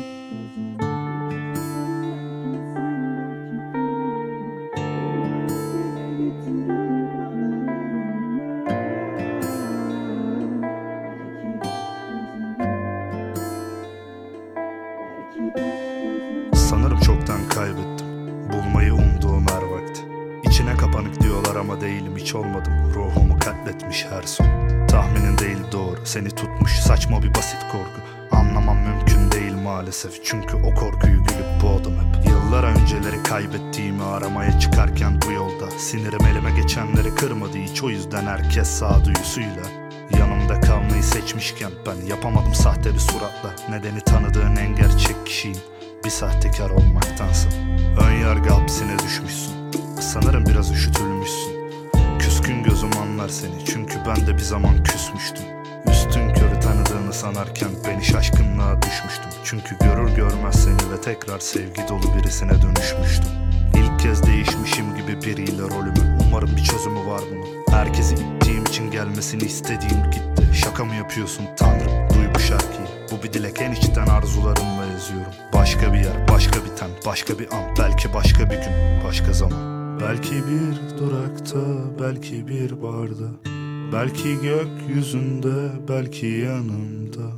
Sanırım çoktan kaybettim bulmayı umduğum her vakti. İçine kapanık diyorlar ama değilim, hiç olmadım. Ruhumu katletmiş her son. Tahminin değil doğru, seni tutmuş saçma bir basit korku. Anlamam mümkün değil maalesef, çünkü o korkuyu gülüp boğdum hep. Yıllar önceleri kaybettiğimi aramaya çıkarken bu yolda sinirim elime geçenleri kırmadı hiç, o yüzden herkes sağduyusuyla yanımda kalmayı seçmişken ben yapamadım sahte bir suratla. Nedeni tanıdığın en gerçek kişiyim, bir sahtekar olmaktansa. Ön yargı hapsine düşmüşsün, sanırım biraz üşütülmüşsün. Küskün gözüm anlar seni, çünkü ben de bir zaman küsmüştüm. Üstün körü tanıdığını sanarken beni şaşkınlığa düşmüştüm. Çünkü görür görmez seni ve tekrar sevgi dolu birisine dönüşmüştüm. İlk kez değişmişim gibi biriyle rolümü, umarım bir çözümü var bunun. Herkesi ittiğim için gelmesini istediğim gitti. Şaka mı yapıyorsun Tanrım, duy bu şarkıyı. Bu bir dilek, en içten arzularımla yazıyorum. Başka bir yer, başka bir ten, başka bir an, belki başka bir gün, başka zaman. Belki bir durakta, belki bir barda, belki gökyüzünde, belki yanımda,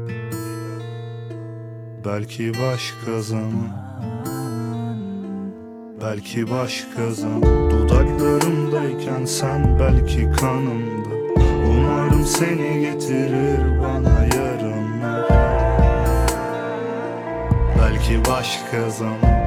belki başka zaman, belki başka zaman. Dudaklarımdayken sen belki kanımda. Umarım seni getirir bana yarınlar. Belki başka zaman,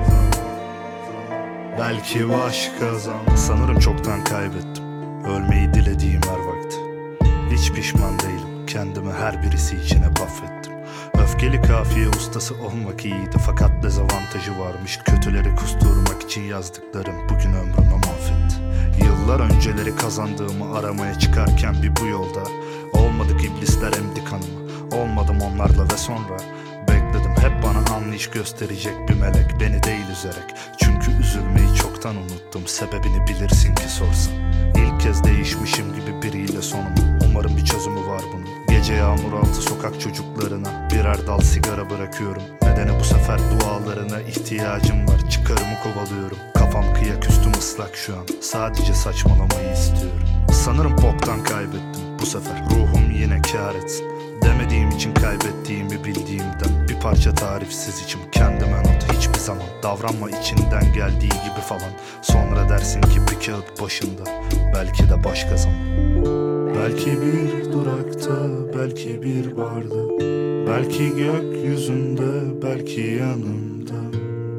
belki başka zaman. Sanırım çoktan kaybettim ölmeyi dilediğim her vakti. Hiç pişman değilim, kendimi her birisi için hep affettim. Öfkeli kafiye ustası olmak iyiydi, fakat dezavantajı varmış. Kötüleri kusturmak için yazdıklarım bugün ömrümü mahvetti. Yıllar önceleri kazandığımı aramaya çıkarken bir bu yolda olmadık, iblisler emdi kanımı. Olmadım onlarla ve sonra bekledim hep bana anlayış gösterecek bir melek, beni değil üzerek. Çünkü üzülmeyi çoktan unuttum, sebebini bilirsin ki sorsan. İlk kez değişmişim gibi biriyle sonumu, umarım bir çözümü var bunun. Gece yağmur altı sokak çocuklarına birer dal sigara bırakıyorum. Nedeni bu sefer dualarına ihtiyacım var, çıkarımı kovalıyorum. Kafam kıyak, üstüm ıslak şu an, sadece saçmalamayı istiyorum. Sanırım boktan kaybettim bu sefer, ruhum yine kâr etsin. Demediğim için kaybettiğimi bildiğimden bir parça tarifsiz içim kendime not. Hiçbir zaman davranma içinden geldiği gibi falan. Sonra dersin ki bir kağıt başında, belki de başka zaman. Belki bir durakta, belki bir barda, belki gökyüzünde, belki yanımda,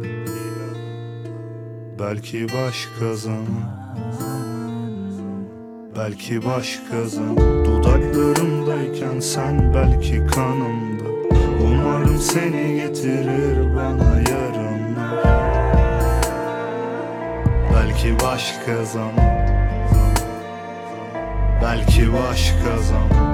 belki başka zaman, belki başka zaman. Dudaklarımdayken sen belki kanımda. Umarım seni getirir bana yarınlar. Belki başka zaman, belki başka zaman.